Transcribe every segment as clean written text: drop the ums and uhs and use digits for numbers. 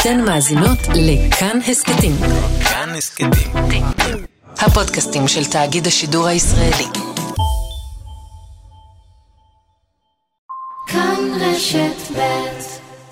אתן מאזינות לכאן הסקטים. כאן הסקטים. הפודקאסטים של תאגיד השידור הישראלי. כאן רשת ב'.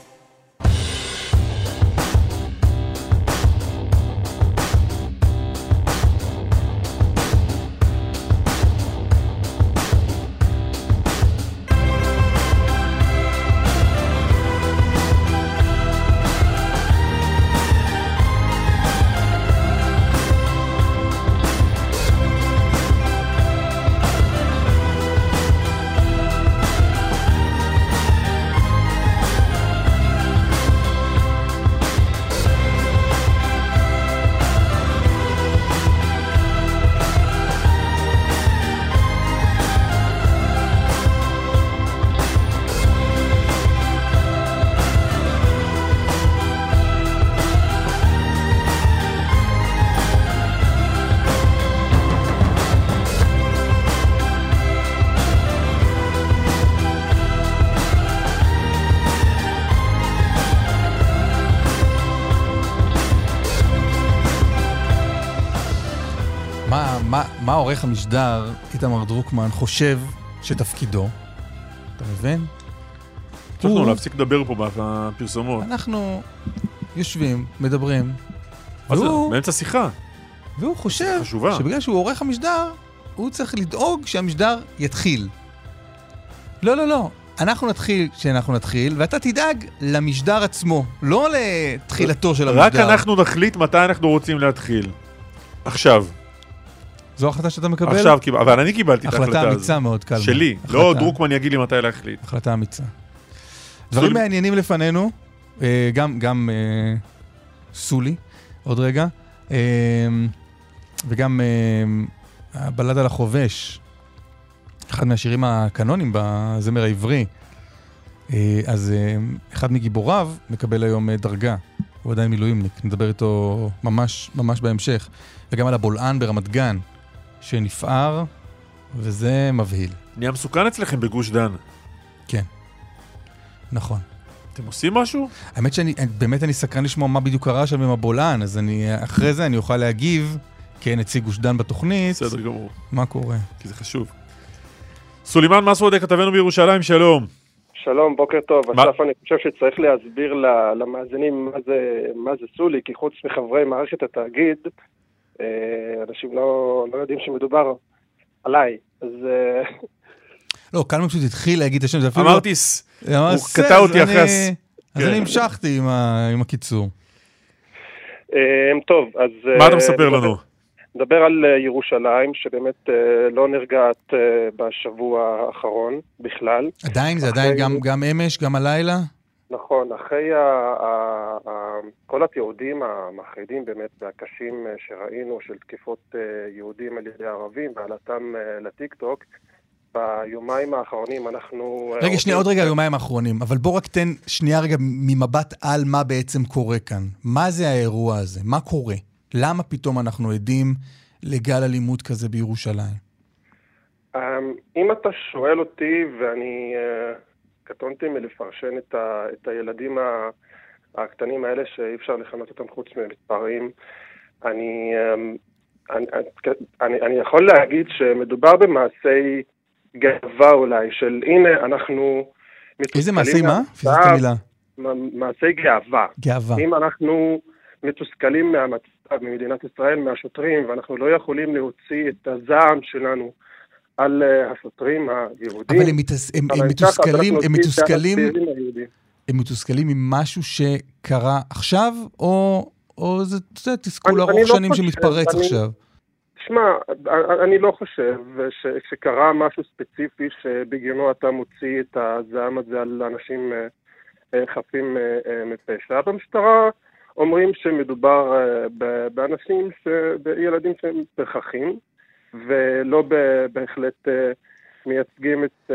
מה עורך המשדר איתמר דרוקמן חושב שתפקידו? אתה מבין? אנחנו להפסיק לדבר פה בפרסומות. אנחנו יושבים, מדברים. באמצע שיחה. והוא חושב שבגלל שהוא עורך המשדר, הוא צריך לדאוג שהמשדר יתחיל. לא. אנחנו נתחיל כשאנחנו נתחיל, ואתה תדאג למשדר עצמו, לא לתחילתו של המשדר. רק אנחנו נחליט מתי אנחנו רוצים להתחיל. עכשיו. זו החלטה שאתה מקבל? עכשיו, אבל אני קיבלתי את ההחלטה הזאת. החלטה אמיצה מאוד קל. שלי, לא דרוקמן יגיד לי מתי להחליט. החלטה אמיצה. דברים מעניינים לפנינו, גם סולי, עוד רגע, וגם הבלד על החובש, אחד מהשירים הקנונים בזמר העברי, אז אחד מגיבוריו מקבל היום דרגה, הוא עדיין מילואימניק, נדבר איתו ממש בהמשך, וגם על הבולען ברמת גן, שנפער, וזה מבהיל. נהיה מסוכן אצלכם בגוש דן. כן, נכון. אתם עושים משהו? האמת שבאמת אני סקרן לשמוע מה בדיוק קרה שם עם הבולען, אז אחרי זה אני אוכל להגיב, כנציג גוש דן בתוכנית. בסדר גמור. מה קורה? כי זה חשוב. סולימן מסעודה, כתבנו בירושלים, שלום. שלום, בוקר טוב. אסף, אני חושב שצריך להסביר למאזינים מה זה סולי, כי חוץ מחברי מערכת התאגיד, אנשים לא יודעים שמדובר עליי, אז... לא, קלמן פשוט התחיל להגיד את השם, זה אפילו... אמרתי, הוא קטע אותי אחרי... אז אני המשכתי עם הקיצור. טוב, אז... מה אתה מספר לנו? נדבר על ירושלים, שבאמת לא נרגעת בשבוע האחרון בכלל. עדיין? זה עדיין גם אמש, גם הלילה? נכון, אחרי כל התיעודים המחרידים באמת והקשים שראינו של תקיפות יהודים על ידי ערבים ועלתם לטיק-טוק, ביומיים האחרונים אנחנו... רגע, שנייה, עוד רגע היומיים האחרונים, אבל בוא רק תן שנייה רגע ממבט על מה בעצם קורה כאן. מה זה האירוע הזה? מה קורה? למה פתאום אנחנו עדים לגל אלימות כזה בירושלים? אם אתה שואל אותי, ואני קטונתי מלפרשן את הילדים הקטנים האלה שאי אפשר לכנות אותם חוץ ממספרים, אני יכול להגיד שמדובר במעשי גאווה אולי, של הנה אנחנו... איזה מעשי מה? פיזית המילה. מעשי גאווה. גאווה. אם אנחנו מתוסכלים מהמצב במדינת ישראל, מהשוטרים, ואנחנו לא יכולים להוציא את הזעם שלנו על השוטרים היהודים. אבל הם מתוסכלים עם משהו שקרה עכשיו, או זה תסכול ארוך שנים שמתפרץ עכשיו? תשמע, אני לא חושב שקרה משהו ספציפי שבגינו אתה מוציא את הזעם הזה על אנשים חפים מפשע. במשטרה אומרים שמדובר באנשים, בילדים שהם פרחחים, ולא בהחלט מייצגים את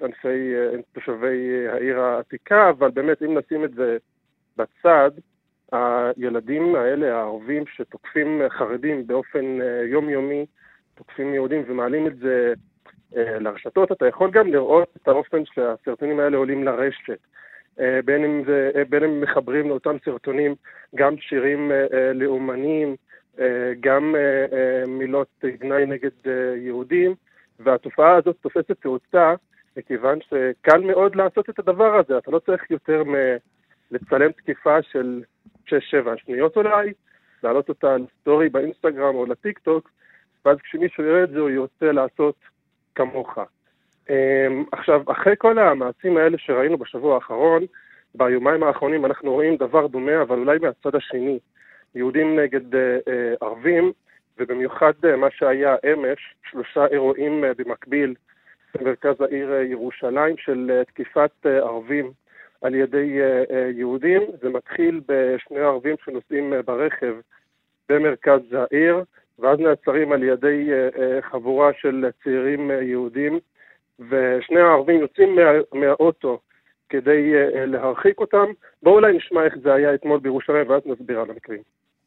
תושבי העיר העתיקה, אבל באמת אם נשים את זה בצד, הילדים האלה, הערבים שתוקפים חרדים באופן יומיומי, תוקפים יהודים ומעלים את זה לרשתות, אתה יכול גם לראות את האופן שהסרטונים האלה עולים לרשת. בין אם מחברים לאותם סרטונים גם שירים לאומניים, גם מילות גנאי נגד יהודים, והתופעה הזאת תופסת תאוצה, מכיוון שקל מאוד לעשות את הדבר הזה. אתה לא צריך יותר לצלם תקיפה של 6-7 שניות אולי, להעלות אותה לסטורי באינסטגרם או לטיק טוק, ואז כשמישהו יראה את זה הוא ירצה לעשות כמוך. עכשיו, אחרי כל המעשים האלה שראינו בשבוע האחרון, ביומיים האחרונים אנחנו רואים דבר דומה, אבל אולי מהצד השני. יהודים נגד ערבים, ובמיוחד מה שהיה אמש, 3 אירועים במקביל במרכז העיר ירושלים של תקיפת ערבים על ידי יהודים. זה מתחיל בשני ערבים שנוסעים ברכב במרכז העיר, ואז נעצרים על ידי חבורה של צעירים יהודים, ושני הערבים יוצאים מהאוטו כדי להרחיק אותם. בואו אולי נשמע איך זה היה אתמול בירושלים, ואז נסביר על המקרים.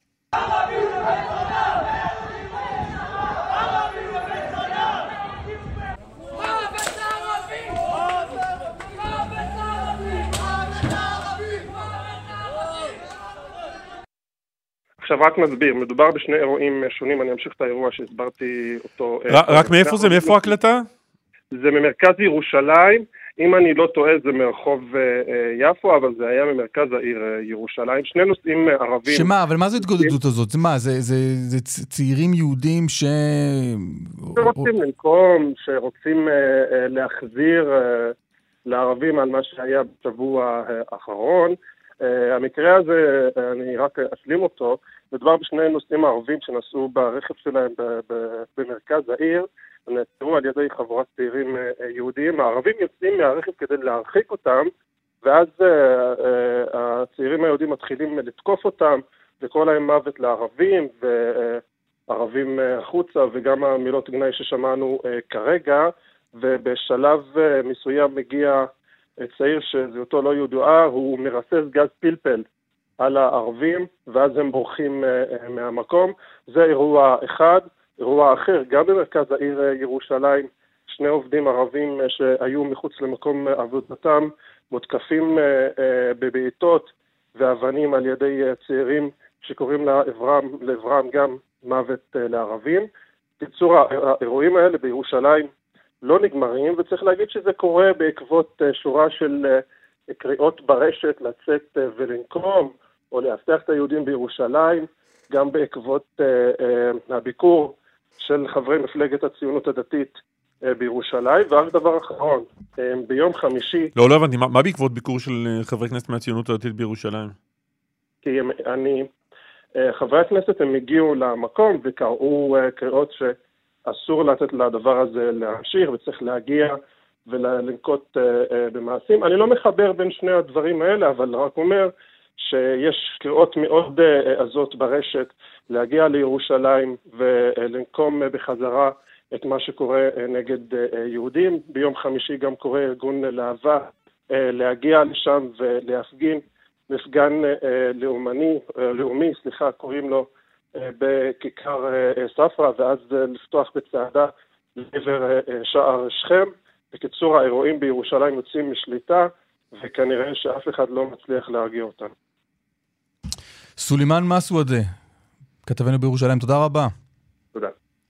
עכשיו רק נסביר, מדובר בשני אירועים שונים, אני אמשיך את האירוע שהסברתי אותו. רק מאיפה זה? מאיפה הקלטה? זה ממרכז ירושלים, אם אני לא טועה זה מרחוב יפו, אבל זה היה ממרכז העיר ירושלים, שני נוסעים ערבים. שמה, אבל מה זה התגודדות הזאת? זה מה, זה צעירים יהודים שרוצים לנקום, שרוצים להחזיר לערבים על מה שהיה בשבוע האחרון. המקרה הזה, אני רק אשלים אותו, מדובר בשני נוסעים ערבים שנסעו ברכב שלהם במרכז העיר, נעצרו על ידי חבורת צעירים יהודים. הערבים יוצאים מהרכב כדי להרחיק אותם, ואז הצעירים היהודים מתחילים לתקוף אותם, לקרוא להם מוות לערבים, וערבים החוצה, וגם המילות גנאי ששמענו כרגע, ובשלב מסוים מגיע צעיר שזהותו לא ידועה, הוא מרסס גז פלפל על הערבים, ואז הם בורחים מהמקום. זה אירוע אחד. אירוע אחר, גם במרכז העיר ירושלים, שני עובדים ערבים שהיו מחוץ למקום עבודתם, מותקפים בבעיטות ואבנים על ידי צעירים שקוראים לעברם גם מוות לערבים. בקיצור, האירועים האלה בירושלים לא נגמרים, וצריך להגיד שזה קורה בעקבות שורה של קריאות ברשת לצאת ולנקום, או להבטיח את היהודים בירושלים, גם בעקבות הביקור של חברי מפלגת הציונות הדתית בירושלים. ורק דבר אחרון, ביום חמישי... לא הבנתי, מה בעקבות ביקור של חברי כנסת מהציונות הדתית בירושלים? כי חברי הכנסת הם הגיעו למקום וקראו קריאות שאסור לתת לדבר הזה להמשיך, וצריך להגיע ולנקוט במעשים. אני לא מחבר בין שני הדברים האלה, אבל רק אומר שיש קריאות מאוד עזות ברשת להגיע לירושלים ולנקום בחזרה את מה שקורה נגד יהודים. ביום חמישי גם קורא ארגון להבה להגיע לשם ולהפגין מפגן לאומי, קוראים לו, בכיכר ספרא, ואז לפתוח בצעדה לעבר שער שכם. בקיצור, האירועים בירושלים יוצאים משליטה, וכנראה שאף אחד לא מצליח להרגיע אותם. סולימאן מסוודה, כתבנו בירושלים, תודה רבה. תודה.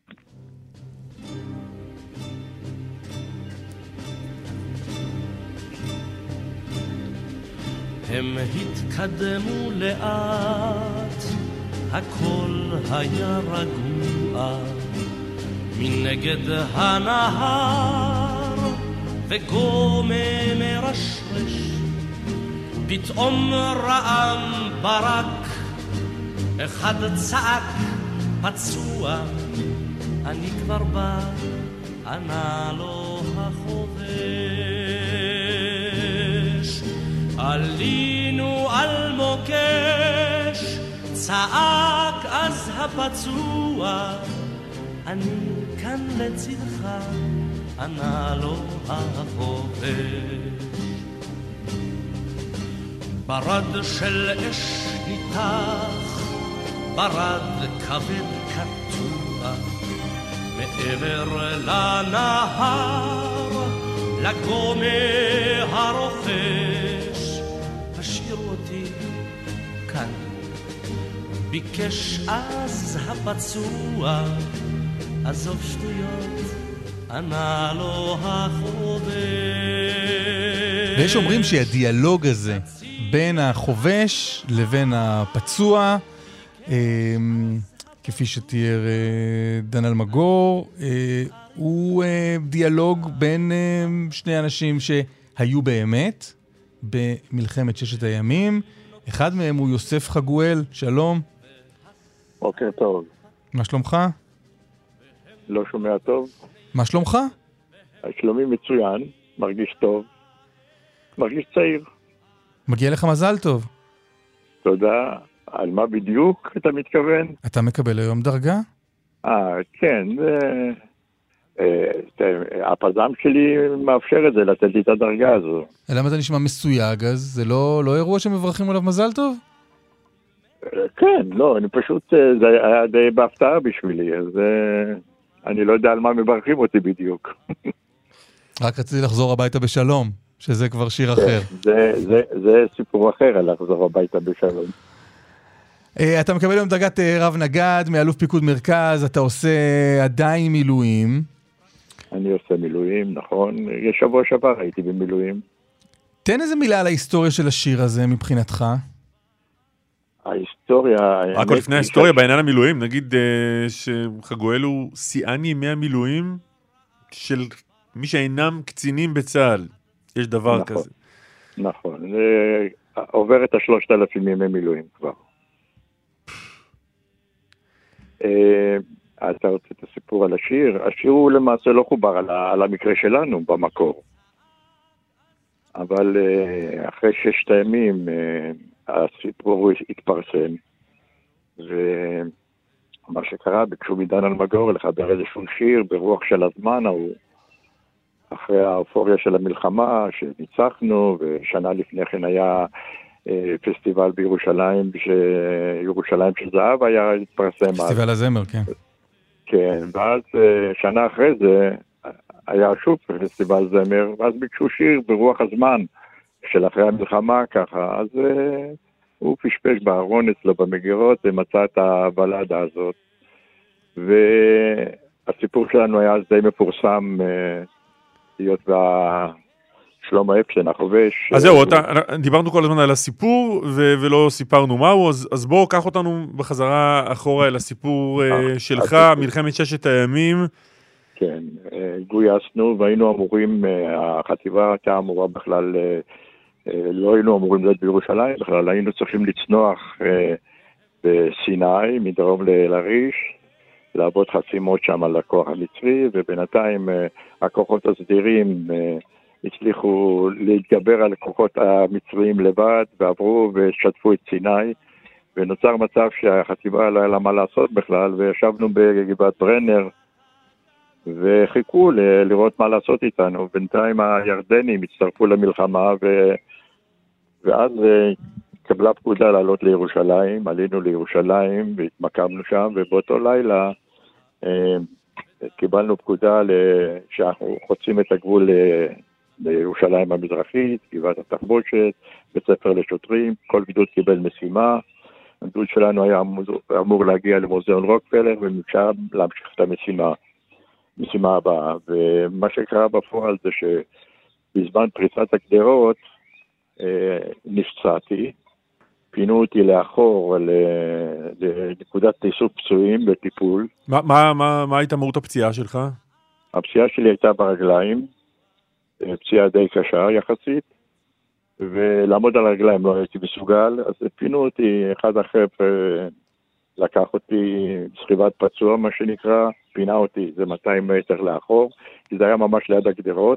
הם התקדמו לאט, הכל היה רגוע, מנגד הנהר וגומה מרשרש, פתאום רעם ברק, אחד צעק פצוע, אני כבר בא, ענה לו החובש. עלינו על מוקש, צעק אז הפצוע, אני כאן לצדך, ענה לו החובש. ברד של אש ניתח, ברד כבד קטוע, מעבר לנהר, לגומה הרוכש, כאן. ביקש אז הפצוע, עזוב שטויות, ענה לו החובש. ויש אומרים שהדיאלוג הזה בין החובש לבין הפצוע, כפי שתיאר דן אלמגור, הוא דיאלוג בין שני אנשים שהיו באמת במלחמת ששת הימים. אחד מהם הוא יוסף חגואל. שלום. בוקר טוב. מה שלומך? לא שומע טוב. מה שלומך? שלומי מצוין, מרגיש טוב, מרגיש צעיר. מגיע לך מזל טוב. תודה. על מה בדיוק אתה מתכוון? אתה מקבל היום דרגה? כן. הפזם שלי מאפשר את זה, לתת לי את הדרגה הזו. למה אתה נשמע מסויג אז? זה לא אירוע שמברכים עליו מזל טוב? כן, לא, אני פשוט, זה היה די בהפתעה בשבילי, אז אני לא יודע על מה מברכים אותי בדיוק. רק רציתי לחזור הביתה בשלום, שזה כבר שיר אחר. זה סיפור אחר, על לחזור הביתה בשלום. אתה מקבל היום דרגת רב נגד מאלוף פיקוד מרכז, אתה עושה עדיין מילואים. אני עושה מילואים, נכון. שבוע שעבר הייתי במילואים. תן איזה מילה על ההיסטוריה של השיר הזה מבחינתך. ההיסטוריה... רק לפני ההיסטוריה, בעניין המילואים, נגיד שחגואל הוא שיאן ימי המילואים של מי שאינם קצינים בצה"ל. יש דבר כזה. נכון. עובר את 3,000 ימי מילואים כבר. אתה רוצה את הסיפור על השיר? השיר הוא למעשה לא חובר על המקרה שלנו במקור. אבל אחרי 6 ימים הסיפור התפרסם. ומה שקרה, ביקשו מדן אלמגור לחבר איזשהו שיר ברוח של הזמן ההוא. אחרי האופוריה של המלחמה שניצחנו, ושנה לפני כן היה פסטיבל בירושלים, שירושלים של זהב היה התפרסם. פסטיבל הזמר, כן. כן, ואז שנה אחרי זה היה שוב פסטיבל זמר, ואז ביקשו שיר ברוח הזמן של אחרי המלחמה ככה, אז הוא פשפש בארון אצלו במגירות ומצא את הבלדה הזאת. והסיפור שלנו היה אז די מפורסם, להיות שלמה אפשטיין, החובש. אז זהו, דיברנו כל הזמן על הסיפור, ולא סיפרנו מהו, אז בואו, קח אותנו בחזרה אחורה אל הסיפור שלך, מלחמת ששת הימים. כן, גויסנו, והיינו אמורים, החטיבה הייתה אמורה בכלל, לא היינו אמורים להיות בירושלים, בכלל היינו צריכים לצנוח בסיני, מדרום לאל-עריש, לעבוד חסימות שם על הכוח המצרי, ובינתיים הכוחות הסדירים הצליחו להתגבר על הכוחות המצריים לבד, ועברו ושתפו את סיני, ונוצר מצב שהחטיבה לא היה לה מה לעשות בכלל, וישבנו בגבעת ברנר, וחיכו לראות מה לעשות איתנו. בינתיים הירדנים הצטרפו למלחמה, ואז קבלה פקודה לעלות לירושלים, עלינו לירושלים והתמקמנו שם, ובאותו לילה קיבלנו פקודה שאנחנו חוצים את הגבול לירושלים המזרחית, גבעת התחבושת, בית ספר לשוטרים, כל גדוד קיבל משימה, הגדוד שלנו היה אמור להגיע למוזיאון רוקפלר, ומשם להמשיך את המשימה הבאה. ומה שקרה בפועל זה שבזמן פריצת הגדרות נפצעתי, פינו אותי לאחור לנקודת תיסוף פצועים בטיפול. מה הייתה מהות הפציעה שלך? הפציעה שלי הייתה ברגליים, פציעה די קשה יחסית, ולעמוד על הרגליים לא הייתי מסוגל, אז פינו אותי, אחד החבר'ה לקח אותי סחיבת פצוע, מה שנקרא, פינה אותי, זה 200 מטר לאחור, כי זה היה ממש ליד הגדרות,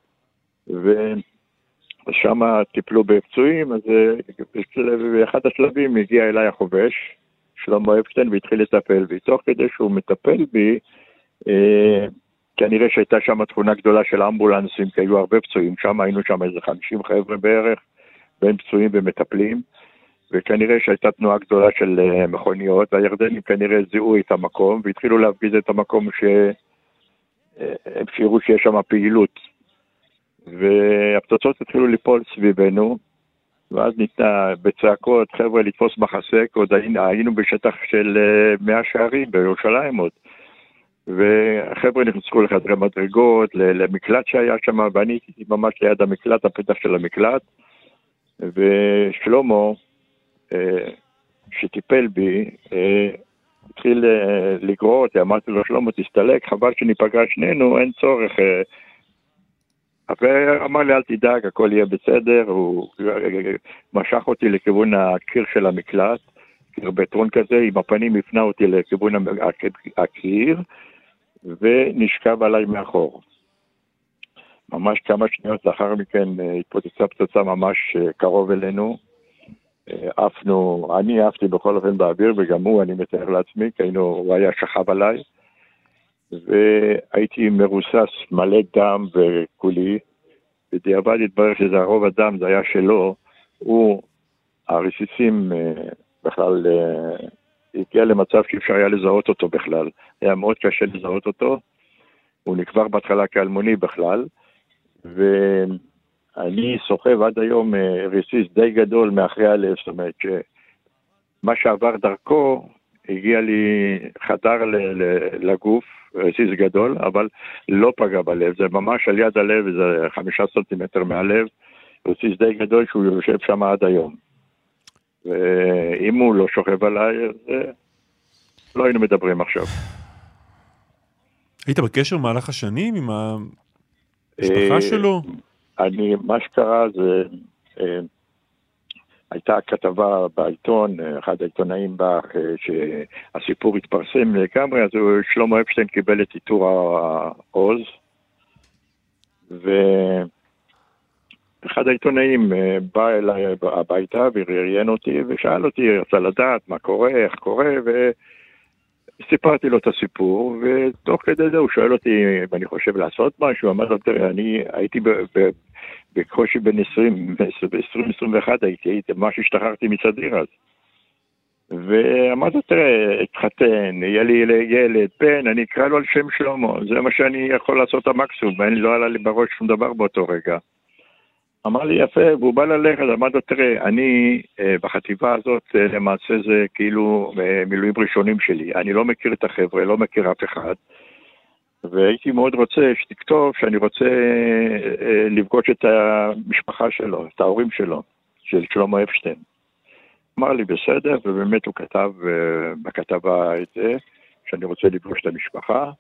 ושם טיפלו בפצועים, אז באחד השלבים הגיע אליי החובש, שלמה אפשטיין, והתחיל לטפל בי. תוך כדי שהוא מטפל בי, כנראה שהייתה שם תכונה גדולה של אמבולנסים, כי היו הרבה פצועים, שם היינו שם איזה 50 חבר'ה בערך, בין פצועים ומטפלים, וכנראה שהייתה תנועה גדולה של מכוניות, והירדנים כנראה זיהו את המקום, והתחילו להפגיז את המקום שהם שירו שיש שם פעילות. והפצצות התחילו ליפול סביבנו, ואז ניתנה בצעקות, חבר'ה לתפוס מחסק, עוד היינו בשטח של 100 שערים בירושלים עוד. וחבר'ה נכנסו לחדרי מדרגות, למקלט שהיה שם, ואני הייתי ממש ליד המקלט, הפתח של המקלט, ושלמה, שטיפל בי, התחיל לגרור אותי, אמרתי לו, שלמה, תסתלק, חבל שניפגע שנינו, אין צורך. ואמר לי, אל תדאג, הכל יהיה בסדר, הוא משך אותי לכיוון הקיר של המקלט, קיר בטרון כזה, עם הפנים הפנה אותי לכיוון הקיר, ונשכב עליי מאחור. ממש כמה שניות לאחר מכן התפוצצה פצצה ממש קרוב אלינו, אני עפתי בכל אופן באוויר, וגם הוא, אני מתאר לעצמי, כי הוא היה שכב עליי, והייתי מרוסס מלא דם וכולי, בדיעבד התברר שזה הרוב הדם, זה היה שלו, הרסיסים בכלל הגיע למצב שאפשר היה לזהות אותו בכלל, היה מאוד קשה לזהות אותו, הוא נקבר בהתחלה כאלמוני בכלל, ואני סוחב עד היום רסיס די גדול מאחרי הלב, זאת אומרת שמה שעבר דרכו הגיע לי חדר לגוף, רסיס גדול, אבל לא פגע בלב, זה ממש על יד הלב, זה 5 סנטימטר מהלב, רסיס די גדול שהוא יושב שם עד היום. ואם הוא לא שוכב עליי, אז לא היינו מדברים עכשיו. היית בקשר במהלך השנים עם המשפחה שלו? מה שקרה זה, הייתה כתבה בעיתון, אחד העיתונאים בא, שהסיפור התפרסם לגמרי, אז שלמה אפשטיין קיבל את עיטור העוז, ואחד העיתונאים בא אליי הביתה וראיין אותי, ושאל אותי, רצה לדעת מה קורה, איך קורה, וסיפרתי לו את הסיפור, ותוך כדי זה הוא שואל אותי אם אני חושב לעשות משהו, אמר לו, תראה, אני הייתי בקושי בין 20-21 הייתי ממש השתחררתי מצדיר אז. ואמרתי, תראה, התחתן, יהיה לי ילד, בן, אני אקרא לו על שם שלמה, זה מה שאני יכול לעשות המקסימום, לא עלה לי בראש שום דבר באותו רגע. אמר לי יפה, והוא בא ללכת, אמרתי לו, תראה, אני בחטיבה הזאת למעשה זה כאילו מילואים ראשונים שלי, אני לא מכיר את החבר'ה, לא מכיר אף אחד, והייתי מאוד רוצה שתכתוב שאני רוצה לפגוש את המשפחה שלו, את ההורים שלו, של שלמה אפשטיין. אמר לי בסדר, ובאמת הוא כתב בכתבה את זה, שאני רוצה לפגוש את המשפחה,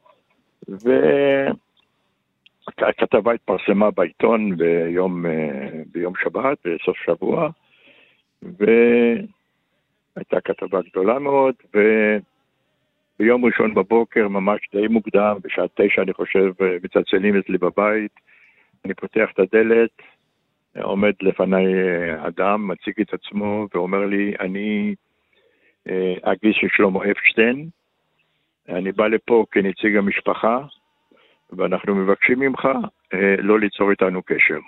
והכתבה התפרסמה בעיתון ביום שבת, בסוף שבוע, והייתה כתבה גדולה מאוד, ביום ראשון בבוקר, ממש די מוקדם, בשעה 9 אני חושב, מצלצלים אצלי בבית, אני פותח את הדלת, עומד לפניי אדם, מציג את עצמו, ואומר לי, אני הגיס של שלמה אפשטיין, אני בא לפה כנציג המשפחה, ואנחנו מבקשים ממך לא ליצור איתנו קשר.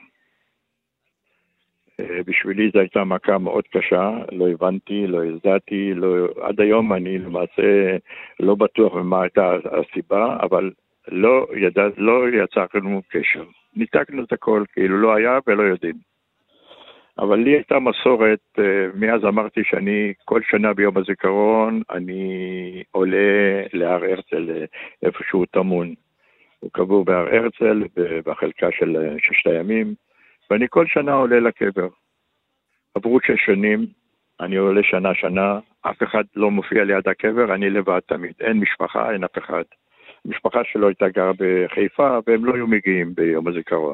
בשבילי זו הייתה מכה מאוד קשה, לא הבנתי, לא הזדעתי, עד היום אני למעשה לא בטוח במה הייתה הסיבה, אבל לא יצרנו קשר. ניתקנו את הכל, כאילו לא היה ולא יודעים. אבל לי הייתה מסורת, מאז אמרתי שאני כל שנה ביום הזיכרון, אני עולה להר הרצל איפה שהוא תמון. הוא קבור בהר הרצל, בחלקה של 6 הימים, ואני כל שנה עולה לקבר. עברו 6 שנים, אני עולה שנה, אף אחד לא מופיע ליד הקבר, אני לבד תמיד, אין משפחה, אין אף אחד. המשפחה שלו הייתה גרה בחיפה, והם לא היו מגיעים ביום הזיכרון.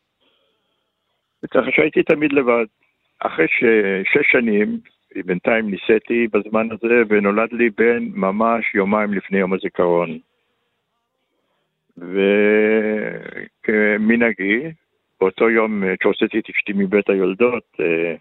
וככה שהייתי תמיד לבד. אחרי 6 שנים, בינתיים ניסיתי בזמן הזה, ונולד לי בן ממש יומיים לפני יום הזיכרון. וכמנהגי, באותו יום שהוצאתי את אשתי מבית היולדות,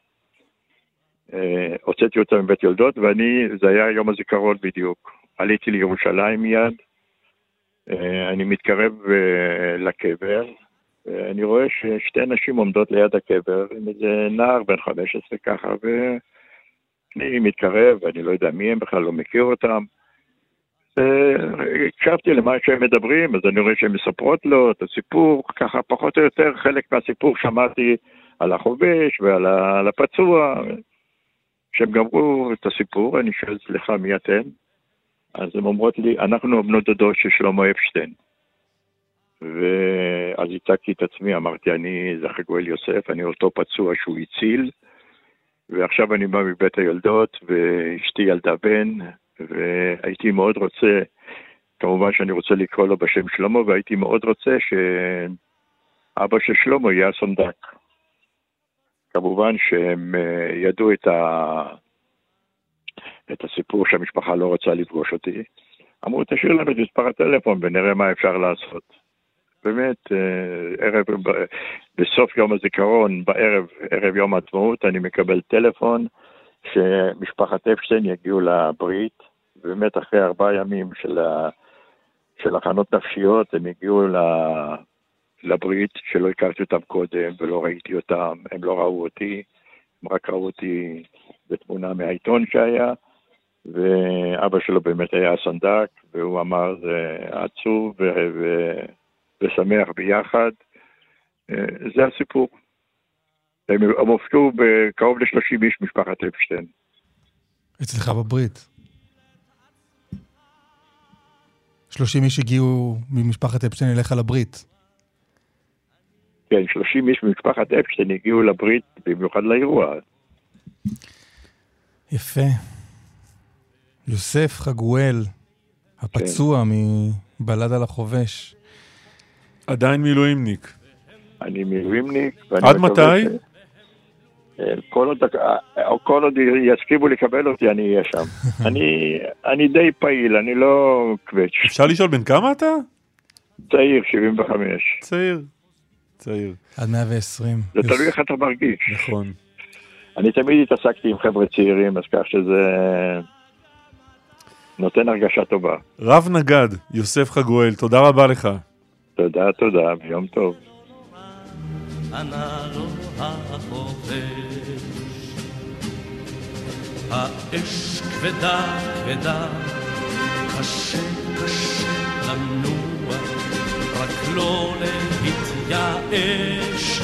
הוצאתי אותה מבית יולדות, זה היה יום הזיכרון בדיוק. עליתי לירושלים מיד, אני מתקרב לקבר, ואני רואה ששתי נשים עומדות ליד הקבר, עם איזה נער בן 15 ככה, ואני מתקרב, ואני לא יודע מי הם, בכלל לא מכיר אותם. הקשבתי למה שהם מדברים, אז אני רואה שהם מספרות לו את הסיפור, ככה פחות או יותר חלק מהסיפור שמעתי על החובש ועל הפצוע. כשהם גמרו את הסיפור, אני שואל, סליחה, מי אתם? אז הם אומרות לי, אנחנו בנות דודו של שלמה אפשטיין. ואז הצגתי את עצמי, אמרתי, אני זה חגואל יוסף, אני אותו פצוע שהוא הציל, ועכשיו אני בא מבית היולדות, ואשתי ילדה בן, והייתי מאוד רוצה, כמובן שאני רוצה לקרוא לו בשם שלמה, והייתי מאוד רוצה שאבא של שלמה יהיה הסנדק. כמובן שהם ידעו את הסיפור שהמשפחה לא רוצה לפגוש אותי. אמרו, תשאיר להם את מספר הטלפון ונראה מה אפשר לעשות. באמת, בסוף יום הזיכרון, ערב יום העצמאות, אני מקבל טלפון שמשפחת אפשטיין יגיעו לברית, באמת אחרי 4 ימים של הכנות נפשיות, הם הגיעו לברית שלא הכרתי אותם קודם ולא ראיתי אותם, הם לא ראו אותי, הם רק ראו אותי בתמונה מהעיתון שהיה, ואבא שלו באמת היה הסנדק, והוא אמר, זה עצוב ושמח ביחד. זה הסיפור. הם הופתעו בקרוב ל-30 איש משפחת אפשטיין. אצלך בברית. 30 איש הגיעו ממשפחת אפשטיין אליך לברית. כן, 30 איש ממשפחת אפשטיין הגיעו לברית במיוחד לאירוע. יפה. יוסף חגואל, הפצוע מבלד על החובש. עדיין מילואימניק. אני מילואימניק. עד מתי? כל עוד יסכימו לקבל אותי, אני אהיה שם. אני די פעיל, אני לא קווץ'. אפשר לשאול בין כמה אתה? צעיר, 75. צעיר. עד 120. זה תלוי איך אתה מרגיש. נכון. אני תמיד התעסקתי עם חבר'ה צעירים, אז כך שזה נותן הרגשה טובה. רב נגד, יוסף חגואל, תודה רבה לך. תודה, ביום טוב. האש כבדה, קשה לנוע, רק לא להתייאש,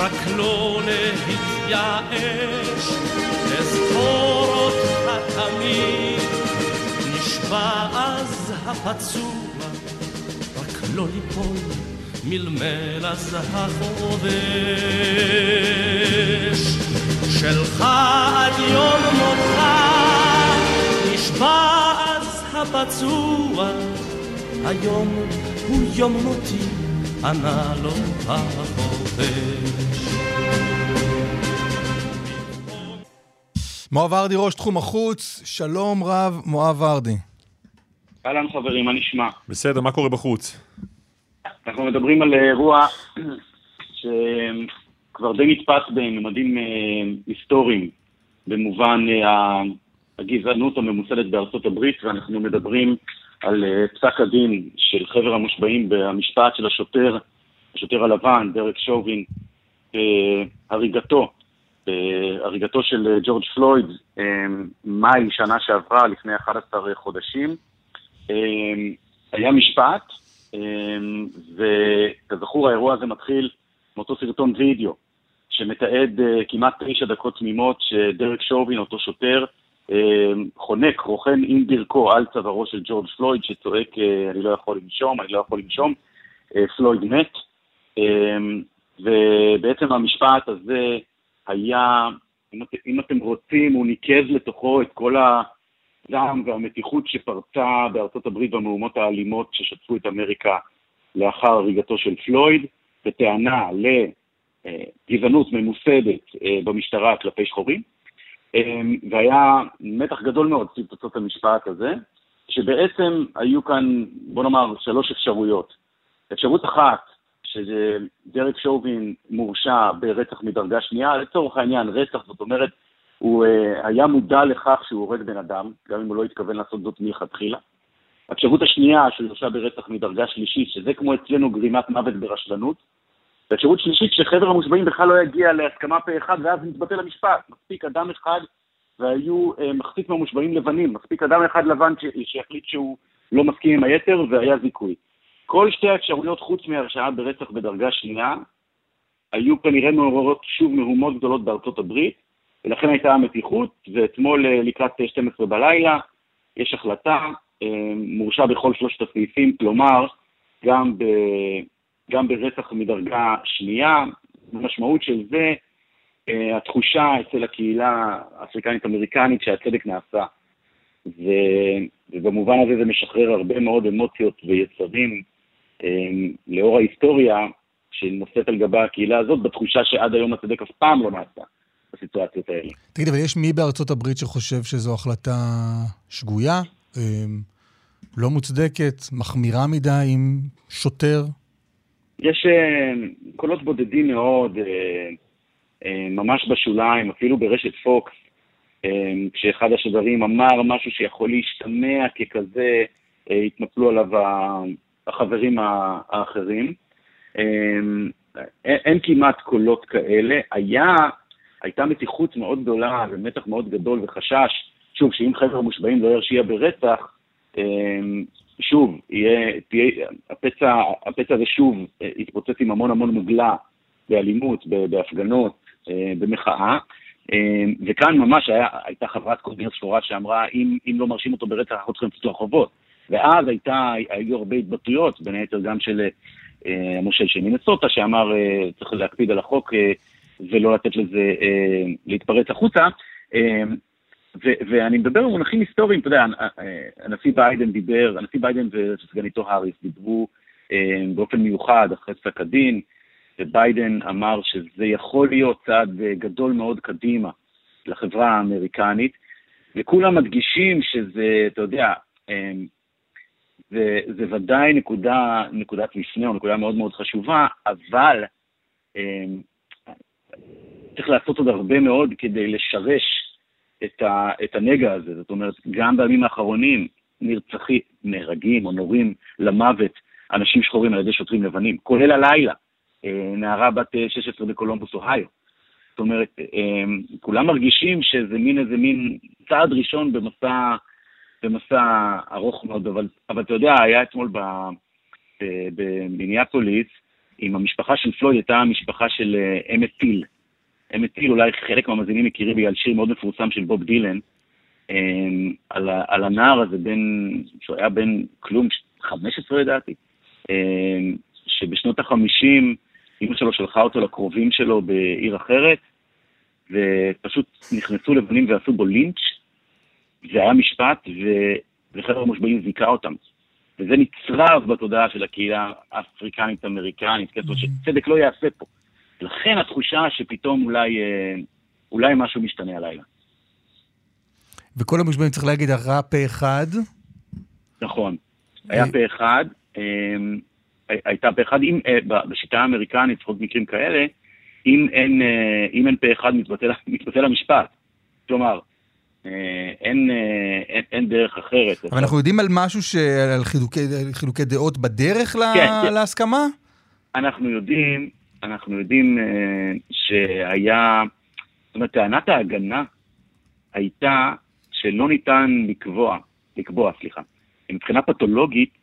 אזכור אותך תמיד, נשבע אז הפצוע, רק לא ליפול מלמלז החובש שלך עד יום מותך, נשבע אז הפצוע, היום הוא יום מותי, ענה לו החובש. מואב ורדי, ראש תחום החוץ, שלום רב, מואב ורדי. אהלן חברים, מה נשמע? בסדר, מה קורה בחוץ? אנחנו מדברים על אירוע שכבר די נתפס בממדים היסטוריים, במובן הגזענות הממוסדת בארצות הברית, ואנחנו מדברים על פסק הדין של חבר המושבעים במשפט של השוטר הלבן, דרק שווין, הריגתו של ג'ורג' פלויד, מאי שנה שעברה, לפני 11 חודשים. היה משפט, וכזכור האירוע הזה מתחיל מאותו סרטון וידאו, שמתעד כמעט 9 דקות תמימות, שדרק שווין, אותו שוטר, רוכן עם ברכו על צווארו של ג'ורג' פלויד, שצועק, אני לא יכול לנשום, פלויד מת. ובעצם המשפט הזה היה, אם אתם רוצים, הוא ניקז לתוכו את כל הזעם והמתיחות שפרצה בארצות הברית במהומות האלימות ששטפו את אמריקה לאחר הריגתו של פלויד, בטענה לגזענות ממוסדת במשטרה כלפי שחורים. והיה מתח גדול מאוד סביב תוצאות המשפט הזה, שבעצם היו כאן, בוא נאמר, 3 אפשרויות. אפשרות אחת, שדרק שווין מורשע ברצח מדרגה שנייה, לצורך העניין רצח, זאת אומרת, הוא היה מודע לכך שהוא הורג בן אדם, גם אם הוא לא התכוון לעשות זאת מלכתחילה. האפשרות השנייה, שהוא יורשע ברצח מדרגה שלישית, שזה כמו אצלנו גרימת מוות ברשלנות. והאפשרות שלישית, שחבר המושבעים בכלל לא יגיע להסכמה פה אחד, ואז מתבטל המשפט. מספיק אדם אחד, והיו מחצית מהמושבעים לבנים, מספיק אדם אחד לבן שהחליט שהוא לא מסכים עם היתר, והיה זיכוי. כל 2 האפשרויות חוץ מהרשעה ברצח בדרגה שנייה, היו כנראה מעוררות שוב מהומות גדולות בארצות הברית, ולכן הייתה המתיחות, ואתמול לקראת 12 בלילה, יש החלטה, מורשע בכל 3 הסעיפים, כלומר, גם ברצח מדרגה שנייה. המשמעות של זה, התחושה אצל הקהילה האפריקנית-אמריקנית שהצדק נעשה. ובמובן הזה זה משחרר הרבה מאוד אמוציות ויצרים לאור ההיסטוריה שנושאת על גבה הקהילה הזאת, בתחושה שעד היום הצדק אף פעם לא נעשה בסיטואציות האלה. תגיד, אבל יש מי בארצות הברית שחושב שזו החלטה שגויה, לא מוצדקת, מחמירה מדי עם שוטר? יש קולות בודדים מאוד, ממש בשוליים, אפילו ברשת פוקס, כשאחד השדרים אמר משהו שיכול להשתמע ככזה, התנפלו עליו החברים האחרים. אין כמעט קולות כאלה. הייתה מתיחות מאוד גדולה ומתח מאוד גדול וחשש, שוב, שאם חבר מושבעים לא ירשיע ברצח, שוב, הפצע הזה שוב התפוצץ עם המון מוגלה באלימות, בהפגנות, במחאה, וכאן ממש הייתה חברת קונגרס שחורה שאמרה, אם לא מרשים אותו ברצח, אנחנו צריכים לפתוח חובות. ואז היו הרבה התבטאויות, בין היתר גם של המושל של מינסוטה, שאמר צריך להקפיד על החוק ולא לתת לזה להתפרץ החוצה. ואני מדבר על מונחים היסטוריים, אתה יודע, הנשיא ביידן וסגניתו האריס דיברו באופן מיוחד אחרי פסק הדין, וביידן אמר שזה יכול להיות צעד גדול מאוד קדימה לחברה האמריקנית, וכולם מדגישים שזה, אתה יודע, זה ודאי נקודת מפנה או נקודה מאוד מאוד חשובה, אבל צריך לעשות עוד הרבה מאוד כדי לשרש את הנגע הזה. זאת אומרת, גם בימים האחרונים נהרגים או נורים למוות אנשים שחורים על ידי שוטרים לבנים, כולל הלילה, נערה בת 16 בקולומבוס, אוהיו. זאת אומרת, כולם מרגישים שזה מין צעד ראשון במסע ארוך מאוד, אבל אתה יודע, היה אתמול במיניאפוליס, עם המשפחה של פלויד, הייתה המשפחה של אמת טיל. אמת טיל, אולי חלק מהמאזינים מכירים בגלל שיר מאוד מפורסם של בוב דילן, על הנער הזה, שהוא היה בן כלום 15 לדעתי, שבשנות ה-50, אמא שלו שלחה אותו לקרובים שלו בעיר אחרת, ופשוט נכנסו לבנים ועשו בו לינץ', זה היה משפט, וחבר מושבעים זיקה אותם. וזה נצרב בתודעה של הקהילה האפריקנית-אמריקנית, כזאת שצדק לא יעשה פה. לכן התחושה שפתאום אולי משהו משתנה הלילה. וכל המושבעים צריך להגיד, הרע פה אחד? נכון. היה פה אחד, הייתה פה אחד, בשיטה האמריקנית, לפחות מקרים כאלה, אם אין פה אחד מתבטל המשפט. כלומר, אין דרך אחרת. אבל אנחנו יודעים על משהו, על חילוקי דעות בדרך להסכמה? אנחנו יודעים שהיה, זאת אומרת, טענת ההגנה הייתה שלא ניתן לקבוע, מבחינה פתולוגית,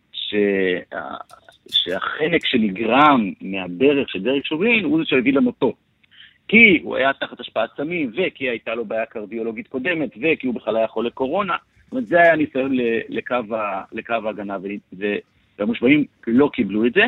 שהחלק שנגרם מהברך של דרק שוברין הוא זה שהביא למותו. כי הוא היה תחת השפעת סמים, וכי הייתה לו בעיה קרדיולוגית קודמת, וכי הוא בכלל היה חולה קורונה. זאת אומרת, זה היה ניסיון לקו ההגנה, והמושבעים לא קיבלו את זה.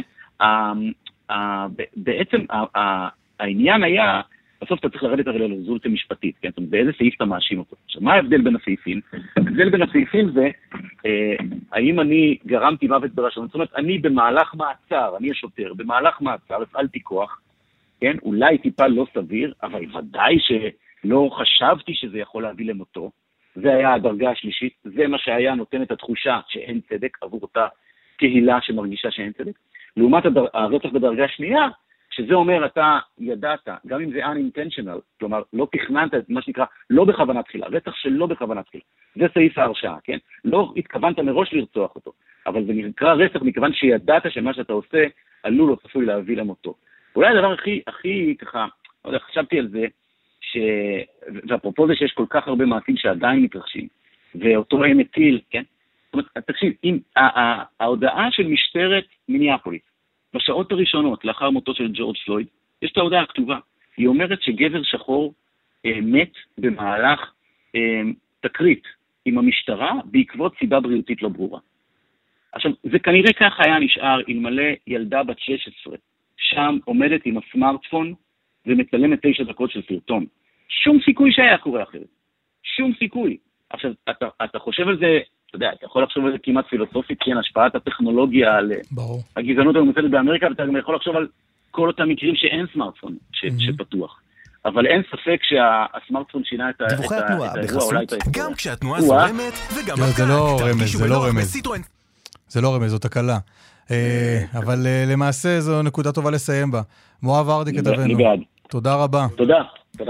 בעצם העניין היה, בסוף אתה צריך לרדת הרי לרזולוציה משפטית, כן? זאת אומרת, באיזה סעיף אתה מאשים אותו. עכשיו, מה ההבדל בין הסעיפים? ההבדל בין הסעיפים זה, האם אני גרמתי מוות ברשלנות? זאת אומרת, אני במהלך מעצר, אני השוטר, במהלך מעצר, הפעלתי כוח, כן? אולי טיפה לא סביר, אבל ודאי שלא חשבתי שזה יכול להביא למותו. זה היה הדרגה השלישית, זה מה שהיה נותן את התחושה שאין צדק עבור אותה קהילה שמרגישה שאין צדק. לעומת הרצח בדרגה השנייה, שזה אומר אתה ידעת, גם אם זה unintentional, כלומר לא תכננת את מה שנקרא לא בכוונת תחילה, רצח שלא בכוונת תחילה. זה סעיף ההרשעה, כן? לא התכוונת מראש לרצוח אותו, אבל זה נקרא רצח מכיוון שידעת שמה שאתה עושה עלול או צפוי להביא למותו. אולי הדבר הכי ככה, חשבתי על זה, ואפרופו זה שיש כל כך הרבה מעשים שעדיין מתרחשים, ואותו הם מטיל, כן? זאת אומרת, תקשיב, ההודעה של משטרת מיניאפוליס, בשעות הראשונות לאחר מותו של ג'ורג' פלויד, יש את ההודעה הכתובה. היא אומרת שגבר שחור מת במהלך תקרית עם המשטרה בעקבות סיבה בריאותית לא ברורה. עכשיו, זה כנראה ככה היה נשאר אלמלא ילדה בת 16, שם עומדת עם הסמארטפון ומצלמת 9 דקות של סרטון. שום סיכוי שהיה קורה אחרת. שום סיכוי. עכשיו, אתה חושב על זה, אתה יודע, אתה יכול לחשוב על זה כמעט פילוסופית, כן, השפעת הטכנולוגיה על הגזענות הממוסדת באמריקה, ואתה גם יכול לחשוב על כל אותם מקרים שאין סמארטפון שפתוח. אבל אין ספק שהסמארטפון שינה את דיווחי התנועה בחסות, גם כשהתנועה זורמת וגם זה לא רמז, זה לא רמז. זה לא רמז, זאת הקלה. אבל למעשה זו נקודה טובה לסיים בה. מואב ארדי כתבנו. תודה רבה. תודה.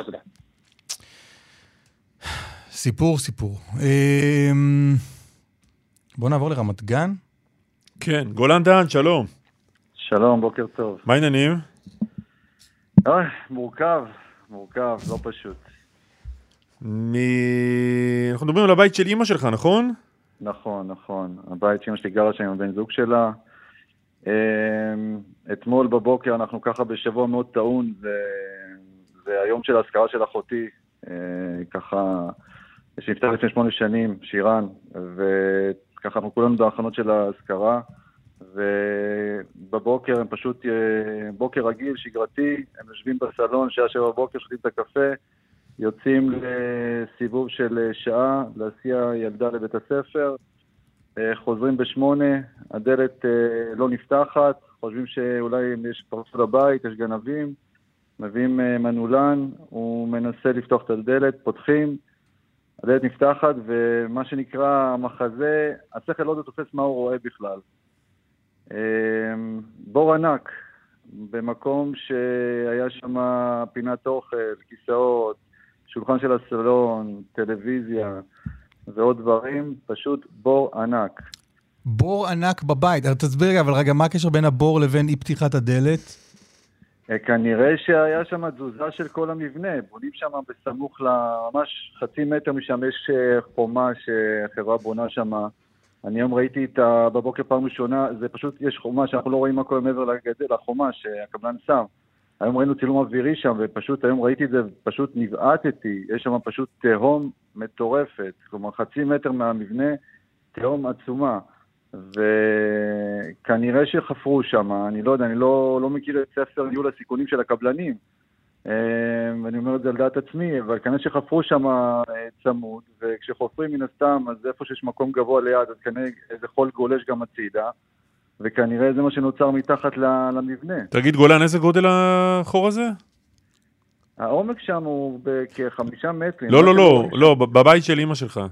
סיפור. בוא נעבור לרמת גן. כן, גולן דהן, שלום. שלום, בוקר טוב. מה העניינים? מורכב, לא פשוט. אנחנו מדברים על הבית של אמא שלך, נכון? נכון. הבית שאמא שלי גרה שם עם הבן זוג שלה. אתמול בבוקר אנחנו ככה בשבוע מאוד טעון, זה היום של ההזכרה של אחותי, ככה, שנפטר לפני 8 שנים, שירן, וככה אנחנו כולנו בהכנות של ההזכרה, ובבוקר הם פשוט, בוקר רגיל, שגרתי, הם יושבים בסלון, שעה 7 בבוקר, שותים את הקפה, יוצאים לסיבוב של שעה, להסיע ילדה לבית הספר, חוזרים ב8, הדלת לא נפתחת, חושבים שאולי יש פרצו לבית, יש גנבים, מביאים מנולן, הוא מנסה לפתוח את הדלת, פותחים, הדלת נפתחת, ומה שנקרא המחזה, השכל לא תופס מה הוא רואה בכלל. בור ענק, במקום שהיה שם פינת אוכל, כיסאות, שולחן של הסלון, טלוויזיה ועוד דברים, פשוט בור ענק. בור ענק בבית. תסביר אבל רגע, מה הקשר בין הבור לבין אי פתיחת הדלת? כנראה שהיה שם תזוזה של כל המבנה, בונים שם בסמוך ממש חצי מטר משם, יש חומה שהחברה בונה שם. אני היום ראיתי בבוקר פעם ראשונה, זה פשוט, יש חומה שאנחנו לא רואים מה קורה מעבר לחומה שהקבלן שם. היום ראינו צילום אווירי שם, ופשוט היום ראיתי את זה, פשוט נבעטתי, יש שם פשוט תהום מטורפת, כלומר חצי מטר מהמבנה, תהום עצומה, וכנראה שחפרו שם, אני לא יודע, אני לא מכיר את ספר ניהול הסיכונים של הקבלנים, ואני אומר את זה על דעת עצמי, אבל כנראה שחפרו שם צמוד, וכשחופרים מן הסתם, אז איפה שיש מקום גבוה ליד, אז כנראה איזה חול גולש גם הצידה, וכנראה זה מה שנוצר מתחת למבנה. תגיד גולן, איזה גודל החור הזה? העומק שם הוא כ5 מטרים. לא, בבית של אמא שלך.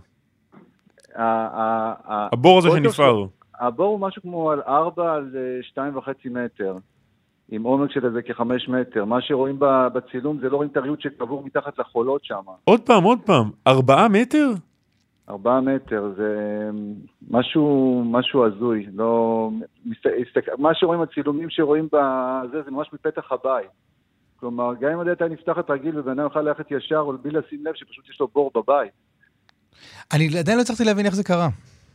הבור הזה שנפער. הבור הוא משהו כמו על 4 על 2.5 מטר, עם עומק של איזה כ5 מטר. מה שרואים בצילום זה לא רואים את הריהוט שקבור מתחת לחולות שם. עוד פעם, 4 מטר? 4 מטר, זה משהו הזוי, לא, מה שרואים, הצילומים שרואים בזה, זה ממש מפתח הבית. כלומר, גם אם הדלת נפתחת רגיל, ובן אדם יוכל ללכת ישר, או בלי לשים לב שפשוט יש לו בור בבית. אני עדיין לא הצלחתי להבין איך זה קרה.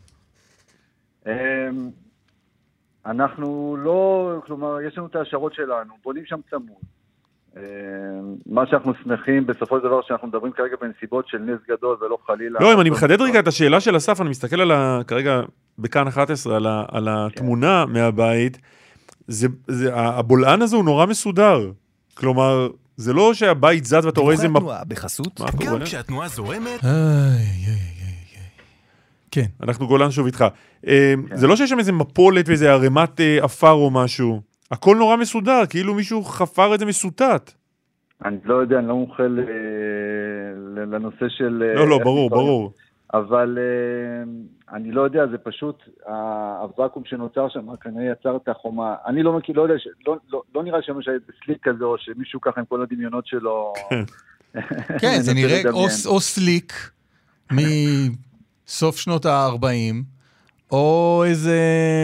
אנחנו לא, כלומר, יש לנו את ההשערות שלנו, בונים שם צמוד. מה שאנחנו שמחים בסופו של דבר שאנחנו מדברים כרגע בנסיבות של נס גדול ולא חלילה. לא, אם אני מחדד רגע את השאלה של אסף, אני מסתכל כרגע בכאן 11 על התמונה מהבית, הבולען הזה הוא נורא מסודר. כלומר, זה לא שהבית זז ואתה רואה איזה בחסות, גם כשהתנועה זורמת. כן. אנחנו גולן שוב איתך. זה לא שיש שם איזה מפולת ואיזה ערימת אפר או משהו. הכל נורא מסודר, כאילו מישהו חפר את זה מסוטט. אני לא יודע, אני לא מומחה לנושא של... לא, ברור. אבל אני לא יודע, זה פשוט, הוואקום שנוצר שם, כנראה יצר את החומה. אני לא מכיר, לא יודע, לא נראה שם שהיה סליק כזה, או שמישהו ככה עם כל הדמיונות שלו... כן, זה נראה או סליק מסוף שנות ה-40, או איזה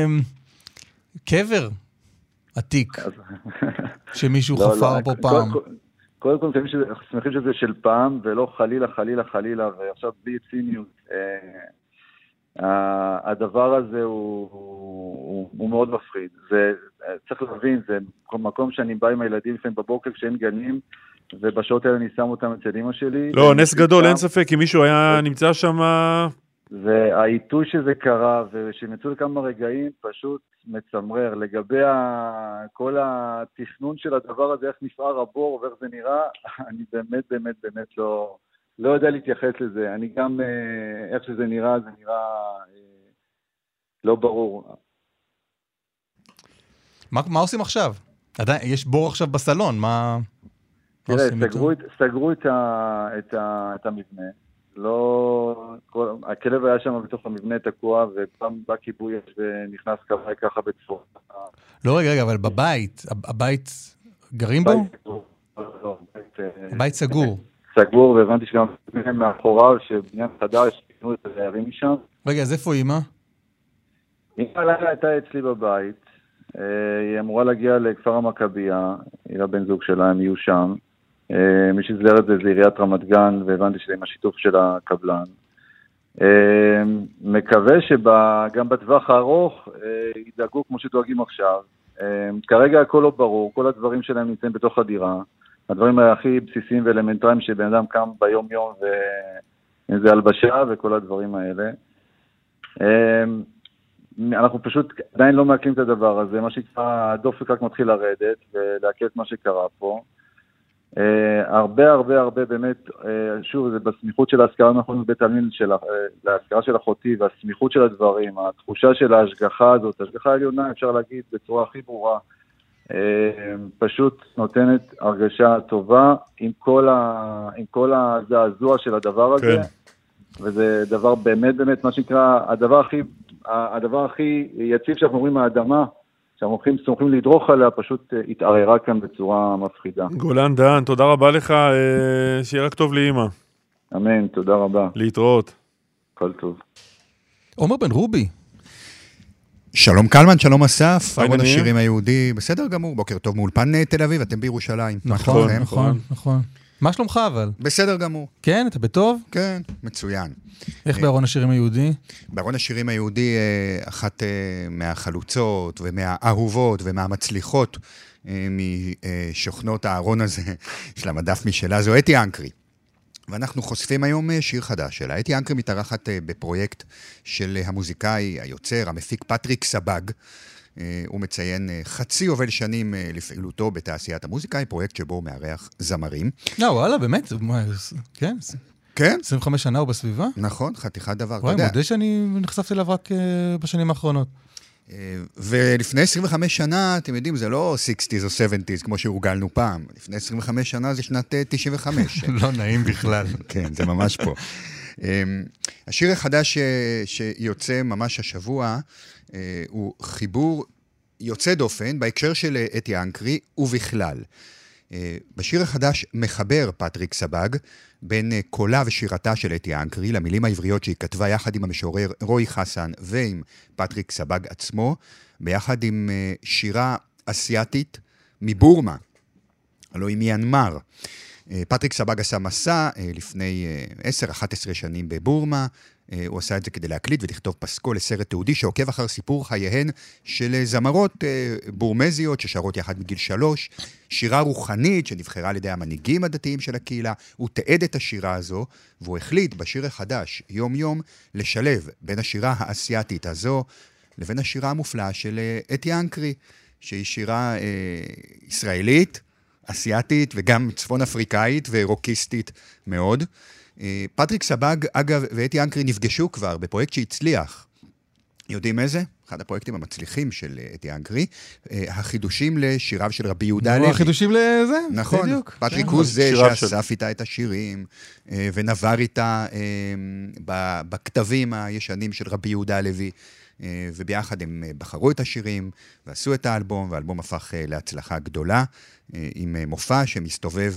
קבר עתיק, שמישהו חפר פה פעם. קודם כל, שמחים שזה של פעם, ולא חלילה, ועכשיו בלי ציניות. הדבר הזה הוא הוא מאוד מפחיד. צריך להבין, זה מקום שאני בא עם הילדים לפעמים בבוקר כשאין גנים, ובשעות האלה אני שם אותם אצל אמא שלי. לא, נס גדול, אין ספק, אם מישהו היה נמצא שם... והעיתוי שזה קרה, ושהם יצאו לכמה רגעים, פשוט מצמרר. לגבי כל התכנון של הדבר הזה, איך נפער הבור ואיך זה נראה, אני באמת לא יודע להתייחס לזה. אני גם, איך שזה נראה, זה נראה לא ברור. מה עושים עכשיו? יש בור עכשיו בסלון, מה... תראה, סגרו את המבנה. הכלב היה שם בתוך המבנה תקוע, ופעם בא כיבוי ונכנס ככה בצפון. לא, רגע, אבל בבית, הבית גרים בו? הבית סגור. סגור, והבנתי שגם מאחוריו, שבניין חדש, תקנו את הדיירים משם. רגע, אז איפה אמא? אמא הלילה הייתה אצלי בבית, היא אמורה להגיע לכפר המכבייה, היא לבן זוג שלה, הם יהיו שם. מי שסדר את זה זה עיריית רמת גן, והבנתי שזה עם השיתוף של הקבלן. מקווה שגם בטווח הארוך ידאגו כמו שדואגים עכשיו. כרגע הכל לא ברור, כל הדברים שלהם נמצאים בתוך הדירה. הדברים הכי בסיסיים ואלמנטריים שבן אדם קם ביום יום, ואם זה הלבשה וכל הדברים האלה. אנחנו פשוט עדיין לא מעכלים את הדבר הזה, מה שכבר הדופק רק מתחיל לרדת, ולהקל את מה שקרה פה. הרבה באמת, שוב, זה בסמיכות של ההשכרה, אנחנו בבית העלמין להשכרה של אחותי, והסמיכות של הדברים, התחושה של ההשגחה הזאת, ההשגחה העליונה, אפשר להגיד בצורה הכי ברורה, פשוט נותנת הרגשה טובה עם כל הזעזוע של הדבר הזה, וזה דבר באמת, מה שנקרא, הדבר הכי יציב שאנחנו אומרים מהאדמה, שאנחנו סומכים לדרוך עליה, פשוט התערערה כאן בצורה מפחידה. גולן דהן, תודה רבה לך, שיהיה רק טוב לאמא. אמן, תודה רבה. להתראות. כל טוב. עומר בן רובי. שלום קלמן, שלום אסף, ארון השירים היהודי, בסדר גמור, בוקר טוב מאולפן תל אביב, אתם בירושלים. נכון. מה שלומך אבל? בסדר גמור. כן, אתה בטוב? כן, מצוין. איך בארון השירים היהודי? בארון השירים היהודי, אחת מהחלוצות ומהאהובות ומהמצליחות משוכנות הארון הזה, של המדף משלה, זו אתי אנקרי. ואנחנו חושפים היום שיר חדש שלה. אתי אנקרי מתארחת בפרויקט של המוזיקאי, היוצר, המפיק פטריק סבג. הוא מציין חצי יובל שנים לפעילותו בתעשיית המוזיקה, פרויקט שבו הוא מארח זמרים. וואלה, באמת? כן? כן. 25 שנה הוא בסביבה? נכון, חתיכת דבר. וואי, מודה שאני נחשפתי אליו רק בשנים האחרונות. ולפני 25 שנה, אתם יודעים, זה לא 60s או 70s כמו שהורגלנו פעם. לפני 25 שנה זה שנת 95. לא נעים בכלל. כן, זה ממש פה. השיר החדש שיוצא ממש השבוע, הוא חיבור יוצא דופן בהקשר של אתי אנקרי ובכלל. בשיר החדש מחבר פטריק סבג בין קולה ושירתה של אתי אנקרי למילים העבריות שהיא כתבה יחד עם המשורר רוי חסן ועם פטריק סבג עצמו, ביחד עם שירה אסיאתית מבורמה, הלוא היא מיינמר. פטריק סבג עשה מסע לפני 10-11 שנים בבורמה, הוא עשה את זה כדי להקליט ולכתוב פסקול לסרט תיעודי שעוקב אחר סיפור חייהן של זמרות בורמזיות ששרות יחד מגיל 3, שירה רוחנית שנבחרה על ידי המנהיגים הדתיים של הקהילה. הוא תיעד את השירה הזו, והוא החליט בשיר החדש, יום יום, לשלב בין השירה האסייתית הזו לבין השירה המופלאה של אתי אנקרי, שהיא שירה ישראלית, אסייתית וגם צפון אפריקאית ורוקיסטית מאוד. פטריק סבג, אגב, ואתי אנקרי נפגשו כבר בפרויקט שהצליח. יודעים איזה? אחד הפרויקטים המצליחים של אתי אנקרי, החידושים לשיריו של רבי יהודה הלוי. החידושים לזה? נכון. בדיוק. פטריק הוא זה שאסף איתה את השירים, ונבר איתה בכתבים הישנים של רבי יהודה הלוי, וביחד הם בחרו את השירים, ועשו את האלבום, והאלבום הפך להצלחה גדולה, עם מופע שמסתובב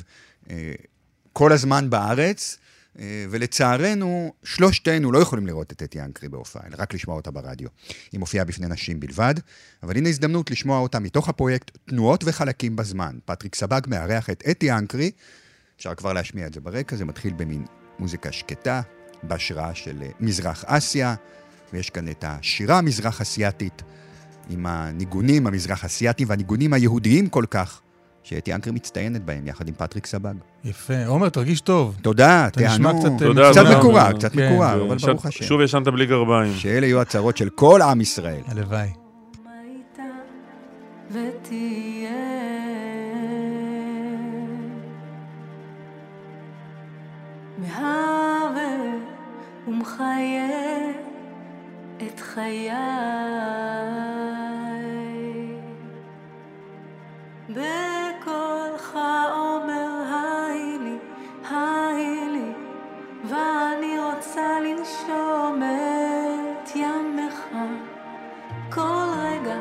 כל הזמן בארץ, ולצערנו, שלושתנו לא יכולים לראות את אתי אנקרי בהופעה, אלא רק לשמוע אותה ברדיו. היא מופיעה בפני נשים בלבד, אבל הנה הזדמנות לשמוע אותה מתוך הפרויקט תנועות וחלקים בזמן. פטריק סבג מארח את אתי אנקרי, אפשר כבר להשמיע את זה ברקע, זה מתחיל במין מוזיקה שקטה, בהשראה של מזרח אסיה, ויש כאן את השירה המזרח אסייתית, עם הניגונים המזרח אסייתיים והניגונים היהודיים כל כך, שאתי אנקרי מצטיינת בהם, יחד עם פטריק סבג. יפה. עומר, תרגיש טוב. תודה, תענו. קצת מקורר, אבל ברוך השם. שוב ישנת בלי גרביים. שאלה יהיו הצרות של כל עם ישראל. הלוואי. מהווה ומחיה את חיי בקולך אומר הילי ואני רוצה לנשום את ימך כל רגע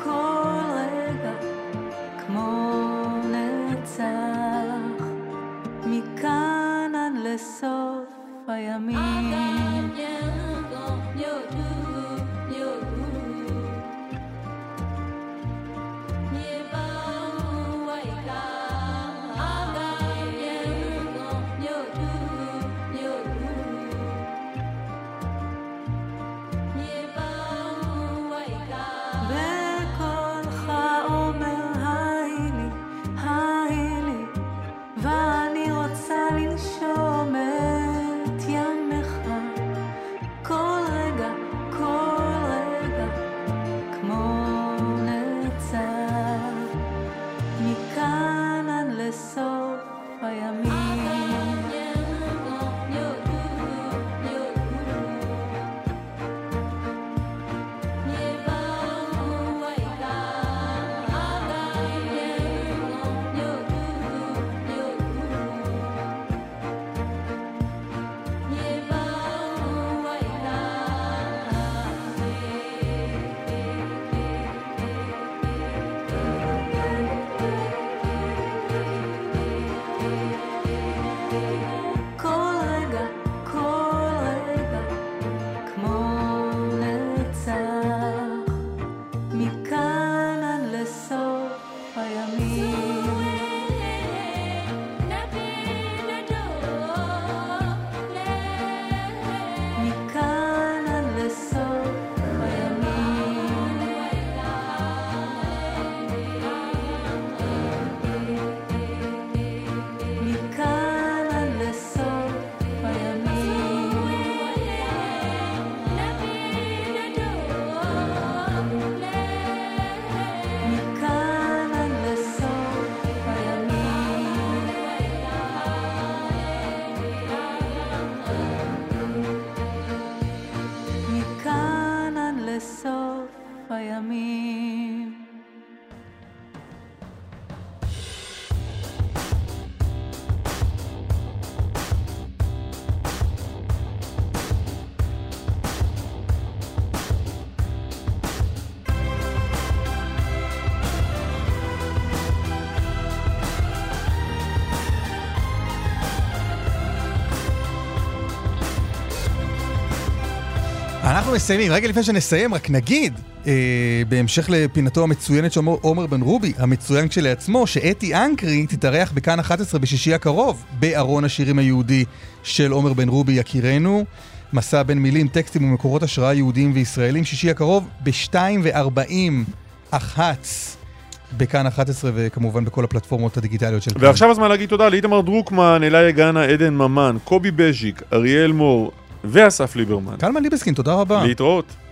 כמו נצח מכאן עד לסוף הימים אנחנו מסיימים, רגע לפני שנסיים, רק נגיד, בהמשך לפינתו המצוינת של עומר בן רובי, המצוין כשלעצמו, שאתי אנקרי תתארח בכאן 11 בשישי הקרוב, בארון השירים היהודי של עומר בן רובי יקירנו, מסע בין מילים, טקסטים ומקורות השראה יהודיים וישראלים, שישי הקרוב ב-2:40 בכאן 11 וכמובן בכל הפלטפורמות הדיגיטליות של כאן. ועכשיו הזמן להגיד תודה לאיתמר דרוקמן, אלי גנה, עדן ממן, קובי בז'יק, אריאל מור ואסף ליברמן. קלמן ליבסקין, תודה רבה. להתראות.